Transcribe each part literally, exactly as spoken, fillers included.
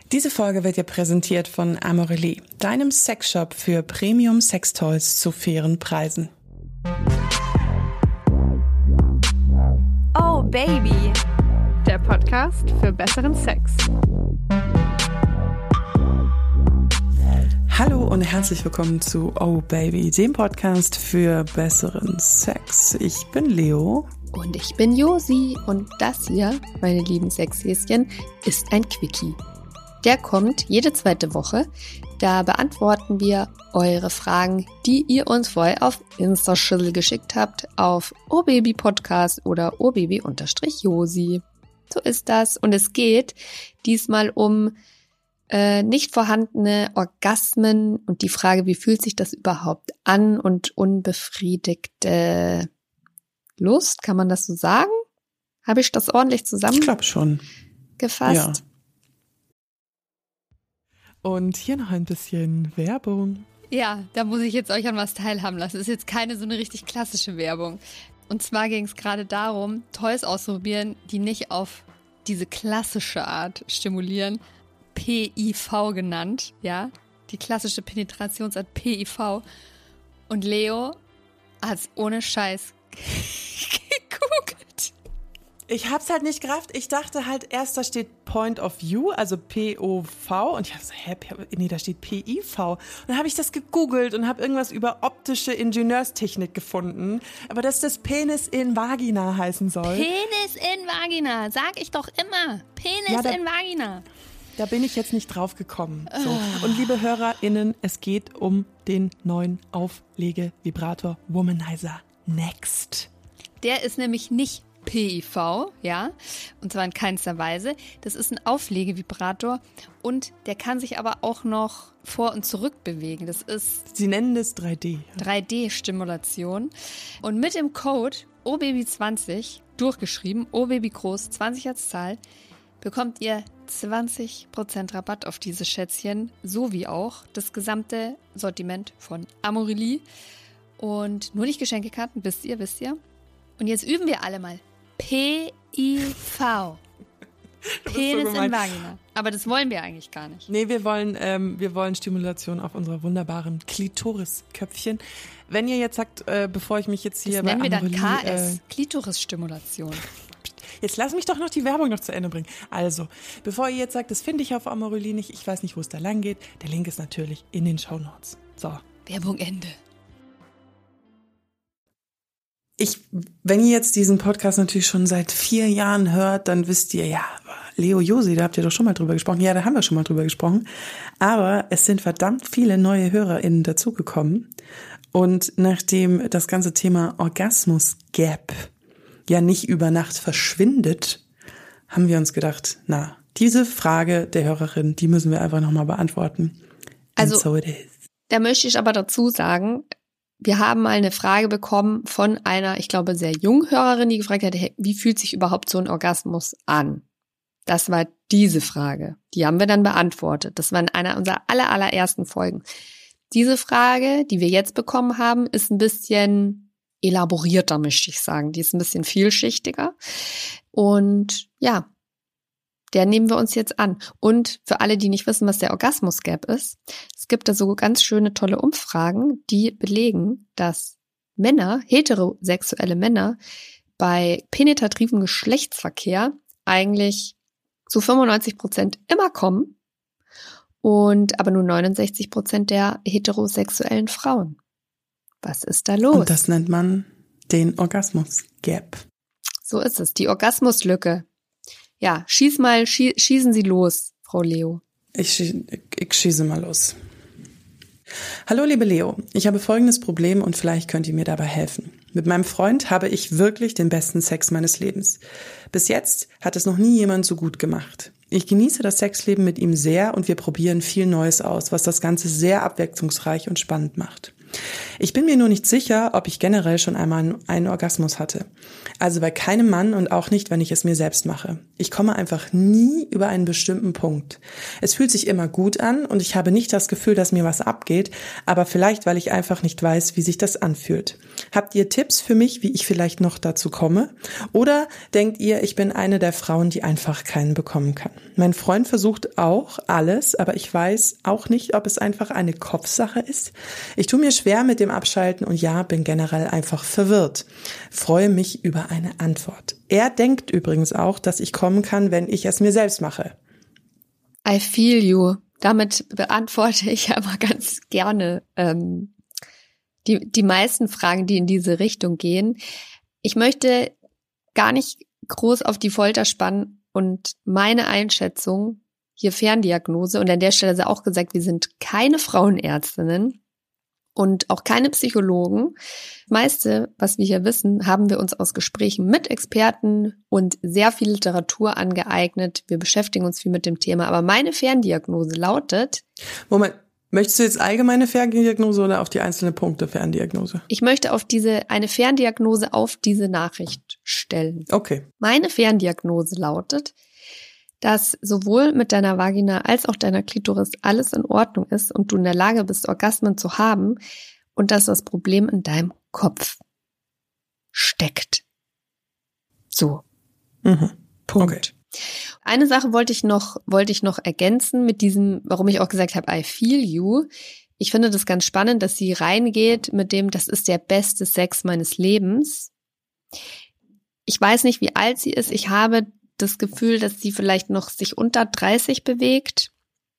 Diese Folge wird dir präsentiert von Amorelie, deinem Sexshop für Premium-Sextoys zu fairen Preisen. Oh Baby, der Podcast für besseren Sex. Hallo und herzlich willkommen zu Oh Baby, dem Podcast für besseren Sex. Ich bin Leo. Und ich bin Josi und das hier, meine lieben Sexhäschen, ist ein Quickie. Der kommt jede zweite Woche. Da beantworten wir eure Fragen, die ihr uns vorher auf Insta-Schüssel geschickt habt, auf ohbabypodcast oder ohbaby-josi. So ist das. Und es geht diesmal um äh, nicht vorhandene Orgasmen und die Frage, wie fühlt sich das überhaupt an und unbefriedigte Lust, kann man das so sagen? Habe ich das ordentlich zusammengefasst? Ich glaube schon. Ja. Und hier noch ein bisschen Werbung. Ja, da muss ich jetzt euch an was teilhaben lassen. Das ist jetzt keine so eine richtig klassische Werbung. Und zwar ging es gerade darum, Toys auszuprobieren, die nicht auf diese klassische Art stimulieren, P I V genannt, ja, die klassische Penetrationsart P I V. Und Leo hat es ohne Scheiß gegoogelt. Ich hab's halt nicht gerafft. Ich dachte halt erst, da steht Point of View, also P O V. Und ich hab so, hä, nee, da steht P I V. Und dann habe ich das gegoogelt und habe irgendwas über optische Ingenieurstechnik gefunden. Aber dass das Penis in Vagina heißen soll. Penis in Vagina, sag ich doch immer. Penis ja, da, in Vagina. Da bin ich jetzt nicht drauf gekommen. So. Und liebe HörerInnen, es geht um den neuen Auflege-Vibrator Womanizer Next. Der ist nämlich nicht P I V, ja, und zwar in keinster Weise. Das ist ein Auflegevibrator und der kann sich aber auch noch vor und zurück bewegen. Das ist... Sie nennen das drei D. Ja. drei D-Stimulation. Und mit dem Code O Baby zwanzig, durchgeschrieben, O Baby groß, zwanzig als Zahl, bekommt ihr zwanzig Prozent Rabatt auf diese Schätzchen, sowie auch das gesamte Sortiment von Amorelie. Und nur nicht Geschenkekarten, wisst ihr, wisst ihr. Und jetzt üben wir alle mal. P I V. Penis so in Vagina. Aber das wollen wir eigentlich gar nicht. Nee, wir wollen, ähm, wir wollen Stimulation auf unserer wunderbaren Klitorisköpfchen. Wenn ihr jetzt sagt, äh, bevor ich mich jetzt hier das nennen bei wir Amorelie, dann K S, äh, Klitorisstimulation. Jetzt lass mich doch noch die Werbung noch zu Ende bringen. Also, bevor ihr jetzt sagt, das finde ich auf Amorelie nicht, ich weiß nicht, wo es da lang geht, der Link ist natürlich in den Shownotes. So. Werbung Ende. Ich, wenn ihr jetzt diesen Podcast natürlich schon seit vier Jahren hört, dann wisst ihr, ja, Leo Josi, da habt ihr doch schon mal drüber gesprochen. Ja, da haben wir schon mal drüber gesprochen. Aber es sind verdammt viele neue HörerInnen dazugekommen. Und nachdem das ganze Thema Orgasmus-Gap ja nicht über Nacht verschwindet, haben wir uns gedacht, na, diese Frage der Hörerin, die müssen wir einfach nochmal beantworten. Also, so it is. Da möchte ich aber dazu sagen, wir haben mal eine Frage bekommen von einer, ich glaube, sehr jungen Hörerin, die gefragt hat, hey, wie fühlt sich überhaupt so ein Orgasmus an? Das war diese Frage. Die haben wir dann beantwortet. Das war in einer unserer aller, allerersten Folgen. Diese Frage, die wir jetzt bekommen haben, ist ein bisschen elaborierter, möchte ich sagen. Die ist ein bisschen vielschichtiger. Und ja, der nehmen wir uns jetzt an. Und für alle, die nicht wissen, was der Orgasmus-Gap ist, es gibt da so ganz schöne, tolle Umfragen, die belegen, dass Männer, heterosexuelle Männer, bei penetrativem Geschlechtsverkehr eigentlich zu fünfundneunzig Prozent immer kommen und aber nur neunundsechzig Prozent der heterosexuellen Frauen. Was ist da los? Und das nennt man den Orgasmus-Gap. So ist es, die Orgasmuslücke. Ja, schieß mal, schie- schießen Sie los, Frau Leo. Ich, schie- ich schieße mal los. Hallo, liebe Leo. Ich habe folgendes Problem und vielleicht könnt ihr mir dabei helfen. Mit meinem Freund habe ich wirklich den besten Sex meines Lebens. Bis jetzt hat es noch nie jemand so gut gemacht. Ich genieße das Sexleben mit ihm sehr und wir probieren viel Neues aus, was das Ganze sehr abwechslungsreich und spannend macht. Ich bin mir nur nicht sicher, ob ich generell schon einmal einen Orgasmus hatte. Also bei keinem Mann und auch nicht, wenn ich es mir selbst mache. Ich komme einfach nie über einen bestimmten Punkt. Es fühlt sich immer gut an und ich habe nicht das Gefühl, dass mir was abgeht, aber vielleicht, weil ich einfach nicht weiß, wie sich das anfühlt. Habt ihr Tipps für mich, wie ich vielleicht noch dazu komme? Oder denkt ihr, ich bin eine der Frauen, die einfach keinen bekommen kann? Mein Freund versucht auch alles, aber ich weiß auch nicht, ob es einfach eine Kopfsache ist. Ich tue mir schwer mit dem Abschalten und ja, bin generell einfach verwirrt. Freue mich über eine Antwort. Er denkt übrigens auch, dass ich kommen kann, wenn ich es mir selbst mache. I feel you. Damit beantworte ich ja immer ganz gerne ähm, die, die meisten Fragen, die in diese Richtung gehen. Ich möchte gar nicht groß auf die Folter spannen und meine Einschätzung, hier Ferndiagnose, und an der Stelle sei auch gesagt, wir sind keine Frauenärztinnen und auch keine Psychologen. Das meiste, was wir hier wissen, haben wir uns aus Gesprächen mit Experten und sehr viel Literatur angeeignet. Wir beschäftigen uns viel mit dem Thema. Aber meine Ferndiagnose lautet... Moment, möchtest du jetzt allgemeine Ferndiagnose oder auf die einzelnen Punkte Ferndiagnose? Ich möchte auf diese eine Ferndiagnose auf diese Nachricht stellen. Okay. Meine Ferndiagnose lautet, dass sowohl mit deiner Vagina als auch deiner Klitoris alles in Ordnung ist und du in der Lage bist, Orgasmen zu haben und dass das Problem in deinem Kopf steckt. So. Mhm. Punkt. Okay. Eine Sache wollte ich noch, wollte ich noch ergänzen mit diesem, warum ich auch gesagt habe, I feel you. Ich finde das ganz spannend, dass sie reingeht mit dem, das ist der beste Sex meines Lebens. Ich weiß nicht, wie alt sie ist. Ich habe das Gefühl, dass sie vielleicht noch sich unter dreißig bewegt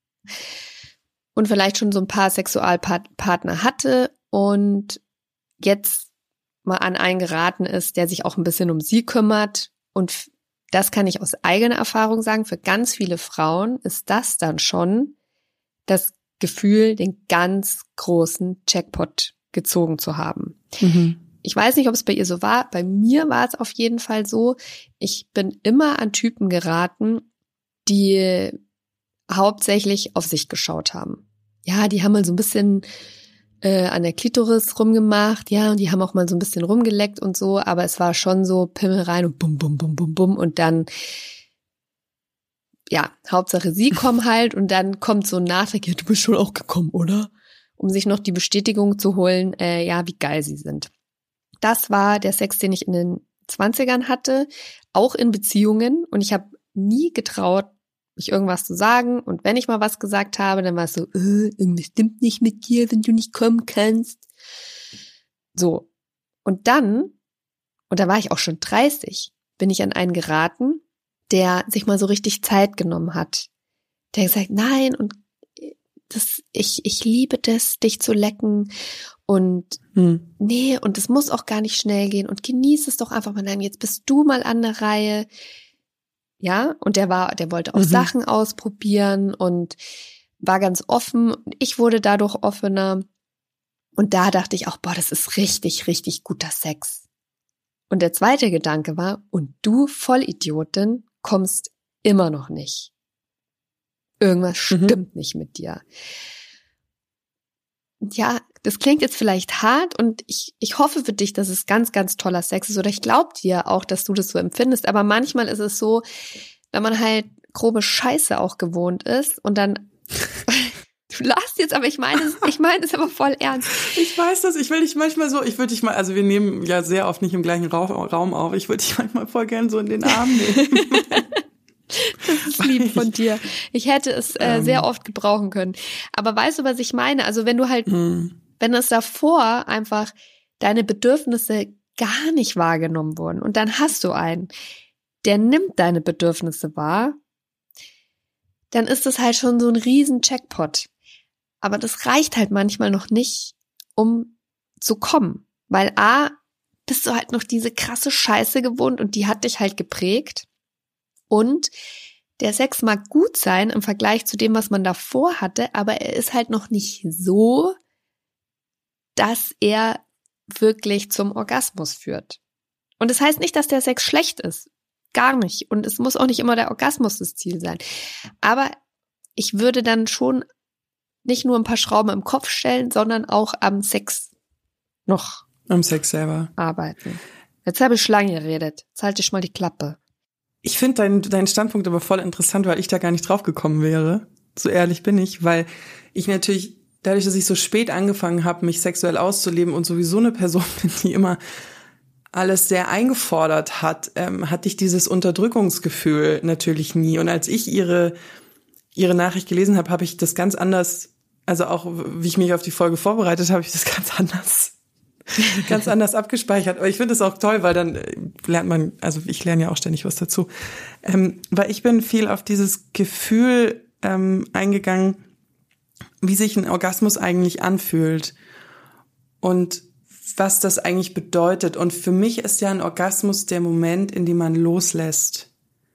und vielleicht schon so ein paar Sexualpartner hatte und jetzt mal an einen geraten ist, der sich auch ein bisschen um sie kümmert. Und das kann ich aus eigener Erfahrung sagen, für ganz viele Frauen ist das dann schon das Gefühl, den ganz großen Jackpot gezogen zu haben. Mhm. Ich weiß nicht, ob es bei ihr so war. Bei mir war es auf jeden Fall so. Ich bin immer an Typen geraten, die hauptsächlich auf sich geschaut haben. Ja, die haben mal so ein bisschen äh, an der Klitoris rumgemacht. Ja, und die haben auch mal so ein bisschen rumgeleckt und so. Aber es war schon so Pimmel rein und bum, bum, bum, bum, bum. Und dann, ja, Hauptsache sie kommen halt. Und dann kommt so ein Nachtrag, ja, du bist schon auch gekommen, oder? Um sich noch die Bestätigung zu holen, äh, ja, wie geil sie sind. Das war der Sex, den ich in den zwanzigern hatte, auch in Beziehungen. Und ich habe nie getraut, mich irgendwas zu sagen. Und wenn ich mal was gesagt habe, dann war es so, äh, irgendwas stimmt nicht mit dir, wenn du nicht kommen kannst. So. Und dann, und da war ich auch schon dreißig, bin ich an einen geraten, der sich mal so richtig Zeit genommen hat. Der gesagt, nein, und das, ich, ich liebe das, dich zu lecken und hm. nee, und es muss auch gar nicht schnell gehen und genieß es doch einfach mal. Nein, jetzt bist du mal an der Reihe. Ja, und der war, der wollte auch mhm. Sachen ausprobieren und war ganz offen. Ich wurde dadurch offener und da dachte ich auch, boah, das ist richtig, richtig guter Sex. Und der zweite Gedanke war, und du Vollidiotin kommst immer noch nicht. Irgendwas mhm. stimmt nicht mit dir. Ja, das klingt jetzt vielleicht hart und ich, ich hoffe für dich, dass es ganz, ganz toller Sex ist oder ich glaube dir auch, dass du das so empfindest, aber manchmal ist es so, wenn man halt grobe Scheiße auch gewohnt ist und dann, du lachst jetzt, aber ich meine es, ich meine es aber voll ernst. Ich weiß das, ich will dich manchmal so, ich würde dich mal, also wir nehmen ja sehr oft nicht im gleichen Raum auf, ich würde dich manchmal voll gern so in den Arm nehmen. Das ist lieb von dir. Ich hätte es äh, ähm. sehr oft gebrauchen können. Aber weißt du, was ich meine? Also wenn du halt, hm. wenn es davor einfach deine Bedürfnisse gar nicht wahrgenommen wurden und dann hast du einen, der nimmt deine Bedürfnisse wahr, dann ist das halt schon so ein riesen Jackpot. Aber das reicht halt manchmal noch nicht, um zu kommen. Weil A, bist du halt noch diese krasse Scheiße gewohnt und die hat dich halt geprägt. Und der Sex mag gut sein im Vergleich zu dem, was man davor hatte, aber er ist halt noch nicht so, dass er wirklich zum Orgasmus führt. Und das heißt nicht, dass der Sex schlecht ist. Gar nicht. Und es muss auch nicht immer der Orgasmus das Ziel sein. Aber ich würde dann schon nicht nur ein paar Schrauben im Kopf stellen, sondern auch am Sex noch am Sex selber arbeiten. Jetzt habe ich Schlange geredet. Jetzt halte ich mal die Klappe. Ich finde deinen dein Standpunkt aber voll interessant, weil ich da gar nicht drauf gekommen wäre. So ehrlich bin ich, weil ich natürlich, dadurch, dass ich so spät angefangen habe, mich sexuell auszuleben und sowieso eine Person bin, die immer alles sehr eingefordert hat, ähm, hatte ich dieses Unterdrückungsgefühl natürlich nie. Und als ich ihre ihre Nachricht gelesen habe, habe ich das ganz anders, also auch wie ich mich auf die Folge vorbereitet habe, ich das ganz anders, ganz anders abgespeichert. Aber ich finde es auch toll, weil dann lernt man, also ich lerne ja auch ständig was dazu, ähm, weil ich bin viel auf dieses Gefühl ähm, eingegangen, wie sich ein Orgasmus eigentlich anfühlt und was das eigentlich bedeutet. Und für mich ist ja ein Orgasmus der Moment, in dem man loslässt,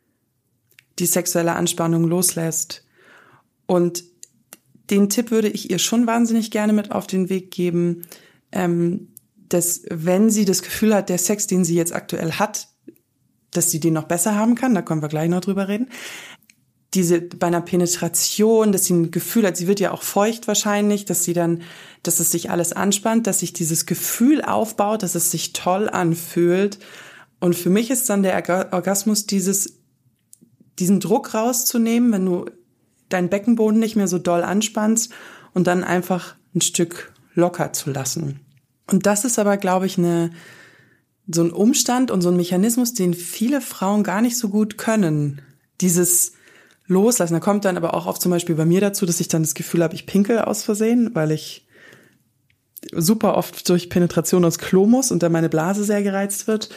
die sexuelle Anspannung loslässt. Und den Tipp würde ich ihr schon wahnsinnig gerne mit auf den Weg geben, ähm, dass wenn sie das Gefühl hat, der Sex, den sie jetzt aktuell hat, dass sie den noch besser haben kann, da können wir gleich noch drüber reden, diese bei einer Penetration, dass sie ein Gefühl hat, sie wird ja auch feucht wahrscheinlich, dass sie dann, dass es sich alles anspannt, dass sich dieses Gefühl aufbaut, dass es sich toll anfühlt. Und für mich ist dann der Orgasmus dieses, diesen Druck rauszunehmen, wenn du deinen Beckenboden nicht mehr so doll anspannst und dann einfach ein Stück locker zu lassen. Und das ist aber, glaube ich, eine, so ein Umstand und so ein Mechanismus, den viele Frauen gar nicht so gut können. Dieses Loslassen. Da kommt dann aber auch oft zum Beispiel bei mir dazu, dass ich dann das Gefühl habe, ich pinkel aus Versehen, weil ich super oft durch Penetration aufs Klo muss und dann meine Blase sehr gereizt wird.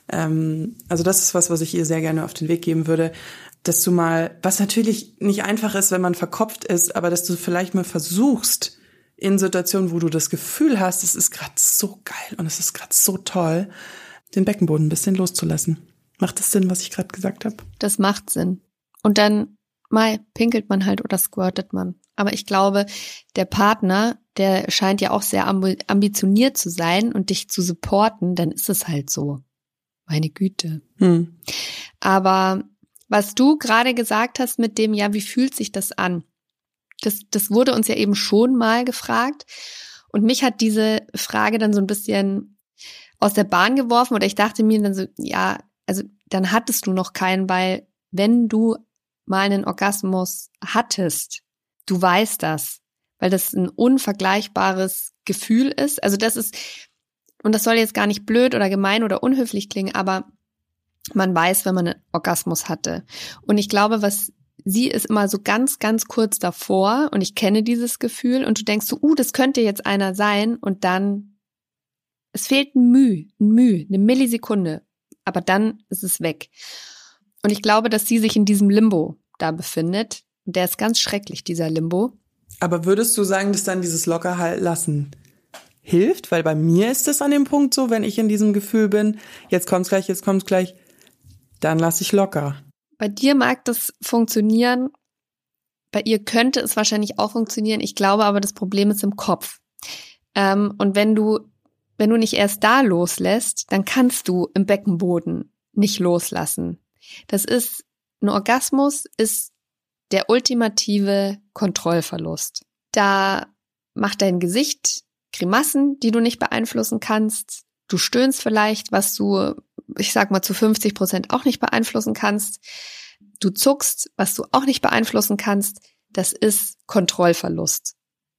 Ähm, also das ist was, was ich ihr sehr gerne auf den Weg geben würde, dass du mal, was natürlich nicht einfach ist, wenn man verkopft ist, aber dass du vielleicht mal versuchst, in Situationen, wo du das Gefühl hast, es ist gerade so geil und es ist gerade so toll, den Beckenboden ein bisschen loszulassen. Macht das Sinn, was ich gerade gesagt habe? Das macht Sinn. Und dann mal pinkelt man halt oder squirtet man. Aber ich glaube, der Partner, der scheint ja auch sehr ambitioniert zu sein und dich zu supporten, dann ist es halt so. Meine Güte. Hm. Aber was du gerade gesagt hast mit dem, ja, wie fühlt sich das an? Das, das wurde uns ja eben schon mal gefragt. Und mich hat diese Frage dann so ein bisschen aus der Bahn geworfen. Oder ich dachte mir dann so, ja, also dann hattest du noch keinen, weil wenn du mal einen Orgasmus hattest, du weißt das, weil das ein unvergleichbares Gefühl ist. Also das ist, und das soll jetzt gar nicht blöd oder gemein oder unhöflich klingen, aber man weiß, wenn man einen Orgasmus hatte. Und ich glaube, was sie ist immer so ganz, ganz kurz davor und ich kenne dieses Gefühl und du denkst so, uh, das könnte jetzt einer sein und dann, es fehlt ein Müh, ein Müh, eine Millisekunde, aber dann ist es weg. Und ich glaube, dass sie sich in diesem Limbo da befindet. Und der ist ganz schrecklich, dieser Limbo. Aber würdest du sagen, dass dann dieses Lockerhalten lassen hilft? Weil bei mir ist es an dem Punkt so, wenn ich in diesem Gefühl bin, jetzt kommt's gleich, jetzt kommt's gleich, dann lasse ich locker. Bei dir mag das funktionieren. Bei ihr könnte es wahrscheinlich auch funktionieren. Ich glaube aber, das Problem ist im Kopf. Ähm, und wenn du, wenn du nicht erst da loslässt, dann kannst du im Beckenboden nicht loslassen. Das ist, ein Orgasmus ist der ultimative Kontrollverlust. Da macht dein Gesicht Grimassen, die du nicht beeinflussen kannst. Du stöhnst vielleicht, was du, ich sag mal, zu fünfzig Prozent auch nicht beeinflussen kannst. Du zuckst, was du auch nicht beeinflussen kannst. Das ist Kontrollverlust.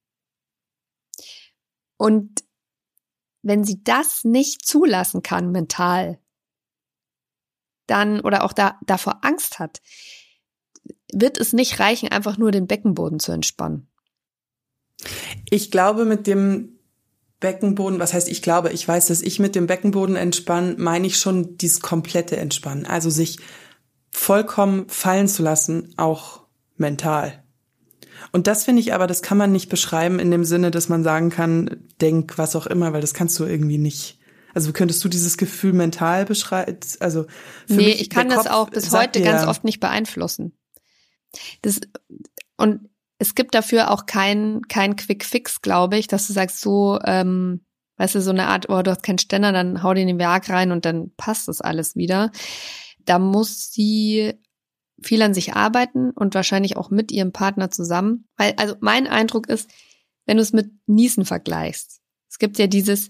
Und wenn sie das nicht zulassen kann mental, dann oder auch da davor Angst hat, wird es nicht reichen, einfach nur den Beckenboden zu entspannen. Ich glaube, mit dem Beckenboden, was heißt ich glaube, ich weiß, dass ich mit dem Beckenboden entspanne, meine ich schon dieses komplette Entspannen. Also sich vollkommen fallen zu lassen, auch mental. Und das finde ich aber, das kann man nicht beschreiben in dem Sinne, dass man sagen kann, denk was auch immer, weil das kannst du irgendwie nicht. Also könntest du dieses Gefühl mental beschreiben? Also für nee, mich, ich kann das auch bis heute dir, ganz oft nicht beeinflussen. Das, und es gibt dafür auch keinen kein Quick Fix, glaube ich, dass du sagst so, ähm, weißt du, so eine Art, oh, du hast keinen Ständer, dann hau dir den Werk rein und dann passt das alles wieder. Da muss sie viel an sich arbeiten und wahrscheinlich auch mit ihrem Partner zusammen. Weil, also mein Eindruck ist, wenn du es mit Niesen vergleichst, es gibt ja dieses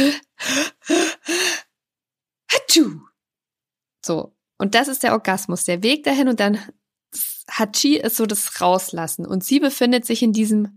Hatschu. So. Und das ist der Orgasmus, der Weg dahin und dann Hatschi ist so das Rauslassen und sie befindet sich in diesem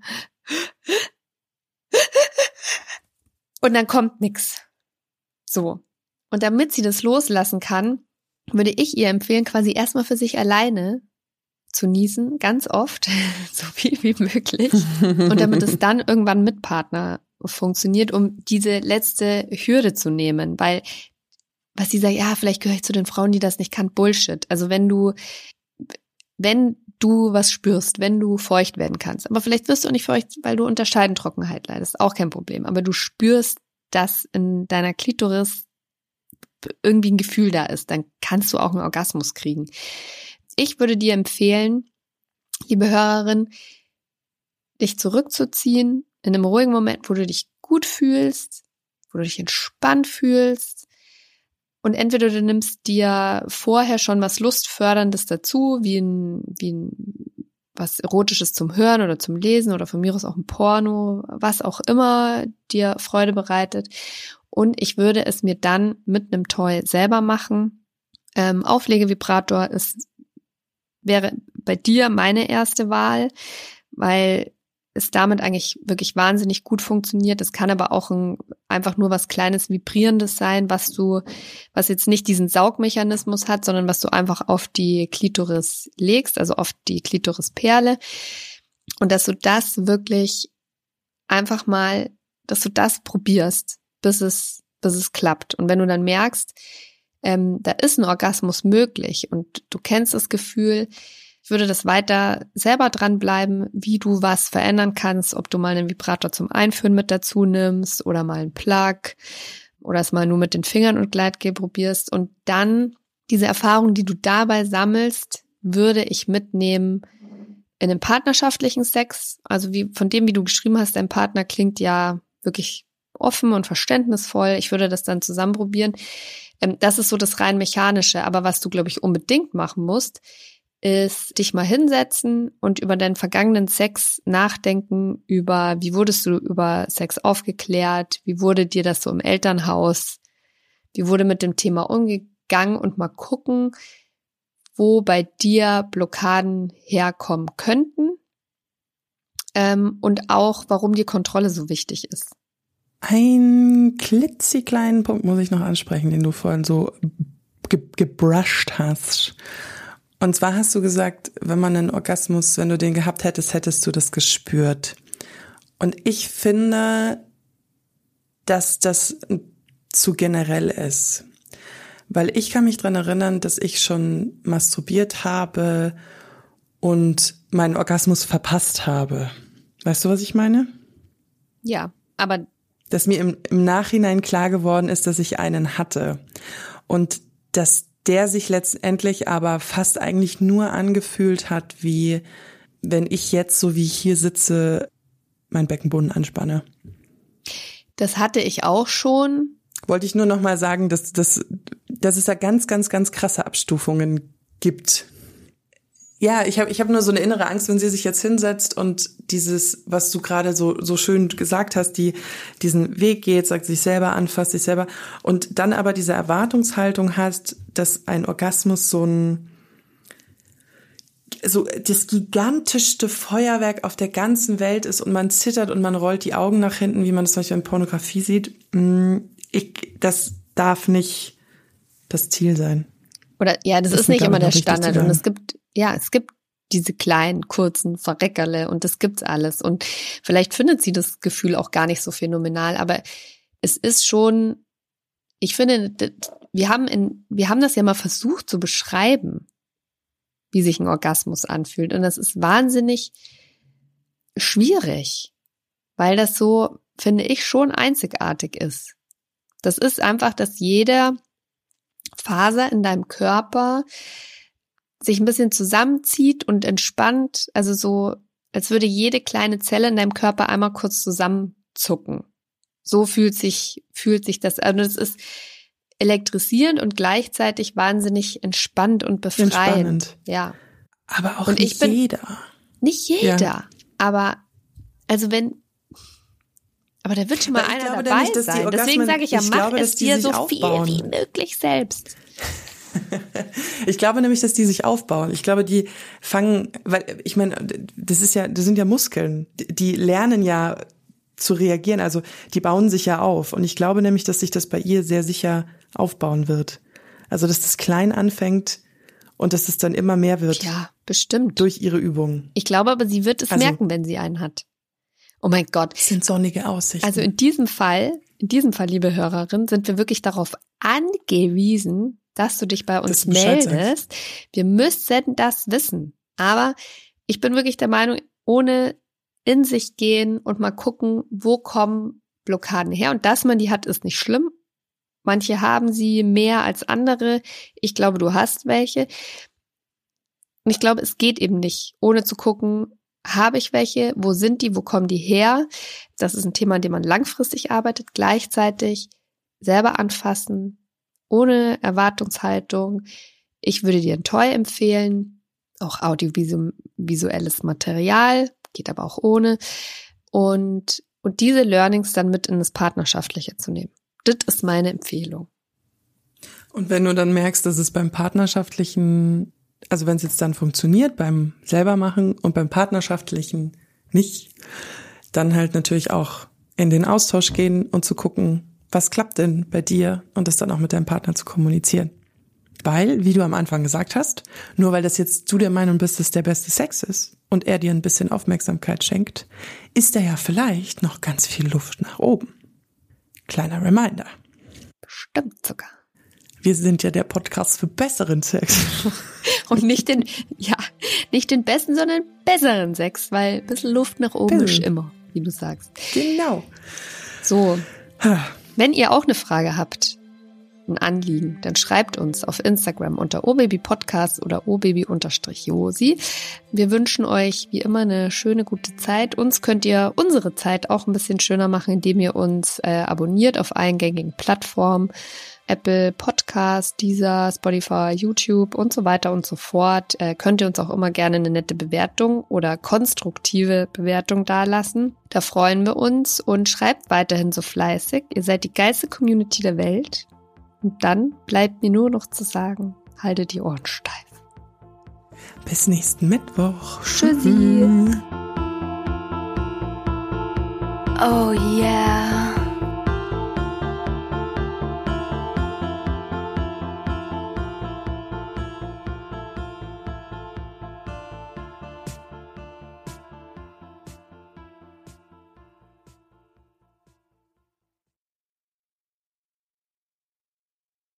und dann kommt nix. So. Und damit sie das loslassen kann, würde ich ihr empfehlen, quasi erstmal für sich alleine zu niesen, ganz oft, so viel wie möglich. Und damit es dann irgendwann mit Partner funktioniert, um diese letzte Hürde zu nehmen. Weil, was sie sagt, ja, vielleicht gehöre ich zu den Frauen, die das nicht kann, Bullshit. Also wenn du, wenn du was spürst, wenn du feucht werden kannst, aber vielleicht wirst du auch nicht feucht, weil du unter Scheidentrockenheit leidest, auch kein Problem. Aber du spürst, dass in deiner Klitoris irgendwie ein Gefühl da ist, dann kannst du auch einen Orgasmus kriegen. Ich würde dir empfehlen, liebe Hörerin, dich zurückzuziehen in einem ruhigen Moment, wo du dich gut fühlst, wo du dich entspannt fühlst und entweder du nimmst dir vorher schon was Lustförderndes dazu, wie ein, wie ein was Erotisches zum Hören oder zum Lesen oder von mir aus auch ein Porno, was auch immer dir Freude bereitet. Und ich würde es mir dann mit einem Toy selber machen. Ähm, Auflegevibrator ist, wäre bei dir meine erste Wahl, weil es damit eigentlich wirklich wahnsinnig gut funktioniert. Es kann aber auch ein, einfach nur was Kleines Vibrierendes sein, was du, was jetzt nicht diesen Saugmechanismus hat, sondern was du einfach auf die Klitoris legst, also auf die Klitorisperle. Und dass du das wirklich einfach mal, dass du das probierst, bis es, bis es klappt. Und wenn du dann merkst, ähm, da ist ein Orgasmus möglich und du kennst das Gefühl, ich würde das weiter selber dranbleiben, wie du was verändern kannst, ob du mal einen Vibrator zum Einführen mit dazu nimmst oder mal einen Plug oder es mal nur mit den Fingern und Gleitgel probierst. Und dann diese Erfahrung, die du dabei sammelst, würde ich mitnehmen in einem partnerschaftlichen Sex. Also wie von dem, wie du geschrieben hast, dein Partner klingt ja wirklich offen und verständnisvoll. Ich würde das dann zusammen probieren. Das ist so das rein Mechanische. Aber was du, glaube ich, unbedingt machen musst, ist dich mal hinsetzen und über deinen vergangenen Sex nachdenken, über wie wurdest du über Sex aufgeklärt, wie wurde dir das so im Elternhaus, wie wurde mit dem Thema umgegangen und mal gucken, wo bei dir Blockaden herkommen könnten ähm, und auch, warum dir Kontrolle so wichtig ist. Einen klitzekleinen Punkt muss ich noch ansprechen, den du vorhin so ge- gebrusht hast. Und zwar hast du gesagt, wenn man einen Orgasmus, wenn du den gehabt hättest, hättest du das gespürt. Und ich finde, dass das zu generell ist. Weil ich kann mich dran erinnern, dass ich schon masturbiert habe und meinen Orgasmus verpasst habe. Weißt du, was ich meine? Ja, aber dass mir im, im Nachhinein klar geworden ist, dass ich einen hatte. Und dass der sich letztendlich aber fast eigentlich nur angefühlt hat, wie wenn ich jetzt, so wie ich hier sitze, meinen Beckenboden anspanne. Das hatte ich auch schon. Wollte ich nur noch mal sagen, dass, dass, dass es da ganz, ganz, ganz krasse Abstufungen gibt. Ja, ich habe ich hab nur so eine innere Angst, wenn sie sich jetzt hinsetzt und dieses, was du gerade so so schön gesagt hast, die diesen Weg geht, sagt sich selber anfasst, sich selber und dann aber diese Erwartungshaltung hast, dass ein Orgasmus so ein so das gigantischste Feuerwerk auf der ganzen Welt ist und man zittert und man rollt die Augen nach hinten, wie man das zum Beispiel in Pornografie sieht. Ich, das darf nicht das Ziel sein. Oder ja, das, das ist nicht immer der Standard und es gibt ja, es gibt diese kleinen, kurzen Verreckerle und das gibt's alles. Und vielleicht findet sie das Gefühl auch gar nicht so phänomenal, aber es ist schon, ich finde, wir haben in, wir haben das ja mal versucht zu beschreiben, wie sich ein Orgasmus anfühlt. Und das ist wahnsinnig schwierig, weil das so, finde ich, schon einzigartig ist. Das ist einfach, dass jede Faser in deinem Körper sich ein bisschen zusammenzieht und entspannt, also so, als würde jede kleine Zelle in deinem Körper einmal kurz zusammenzucken. So fühlt sich, fühlt sich das, also das ist elektrisierend und gleichzeitig wahnsinnig entspannt und befreiend. Entspannend. Ja. Aber auch Und nicht ich bin, jeder. Nicht jeder, Ja. aber also wenn, aber da wird schon mal Weil ich einer glaube dabei nämlich, dass die sein. Deswegen Orgasmen- sage ich ja, ich mach glaube, es dass die dir sich so aufbauen. viel wie möglich selbst. Ich glaube nämlich, dass die sich aufbauen. Ich glaube, die fangen, weil ich meine, das ist ja, das sind ja Muskeln. Die lernen ja zu reagieren. Also die bauen sich ja auf. Und ich glaube nämlich, dass sich das bei ihr sehr sicher aufbauen wird. Also dass das klein anfängt und dass es dann immer mehr wird. Ja, bestimmt. Durch ihre Übungen. Ich glaube aber, sie wird es Also, merken, wenn sie einen hat. Oh mein Gott. Das sind sonnige Aussichten. Also in diesem Fall, in diesem Fall, liebe Hörerin, sind wir wirklich darauf angewiesen, dass du dich bei uns du Bescheid meldest. Wir müssen das wissen. Aber ich bin wirklich der Meinung, ohne in sich gehen und mal gucken, wo kommen Blockaden her. Und dass man die hat, ist nicht schlimm. Manche haben sie mehr als andere. Ich glaube, du hast welche. Und ich glaube, es geht eben nicht, ohne zu gucken, habe ich welche, wo sind die, wo kommen die her? Das ist ein Thema, an dem man langfristig arbeitet, gleichzeitig selber anfassen, ohne Erwartungshaltung. Ich würde dir ein Toy empfehlen, auch audiovisuelles Material, geht aber auch ohne. Und, und diese Learnings dann mit in das Partnerschaftliche zu nehmen. Das ist meine Empfehlung. Und wenn du dann merkst, dass es beim partnerschaftlichen, also wenn es jetzt dann funktioniert, beim selbermachen und beim partnerschaftlichen nicht, dann halt natürlich auch in den Austausch gehen und zu gucken, was klappt denn bei dir und das dann auch mit deinem Partner zu kommunizieren. Weil, wie du am Anfang gesagt hast, nur weil das jetzt du der Meinung bist, dass der beste Sex ist und er dir ein bisschen Aufmerksamkeit schenkt, ist da ja vielleicht noch ganz viel Luft nach oben. Kleiner Reminder. Bestimmt sogar. Wir sind ja der Podcast für besseren Sex. Und nicht den, ja, nicht den besten, sondern besseren Sex, weil ein bisschen Luft nach oben ist immer, wie du sagst. Genau. So, wenn ihr auch eine Frage habt, ein Anliegen, dann schreibt uns auf Instagram unter obabypodcast oder obaby-josi. Wir wünschen euch wie immer eine schöne, gute Zeit. Uns könnt ihr unsere Zeit auch ein bisschen schöner machen, indem ihr uns äh, abonniert auf allen gängigen Plattformen. Apple Podcast, Deezer, Spotify, YouTube und so weiter und so fort. Äh, könnt ihr uns auch immer gerne eine nette Bewertung oder konstruktive Bewertung dalassen. Da freuen wir uns und schreibt weiterhin so fleißig. Ihr seid die geilste Community der Welt. Und dann bleibt mir nur noch zu sagen, haltet die Ohren steif. Bis nächsten Mittwoch. Tschüssi. Oh yeah.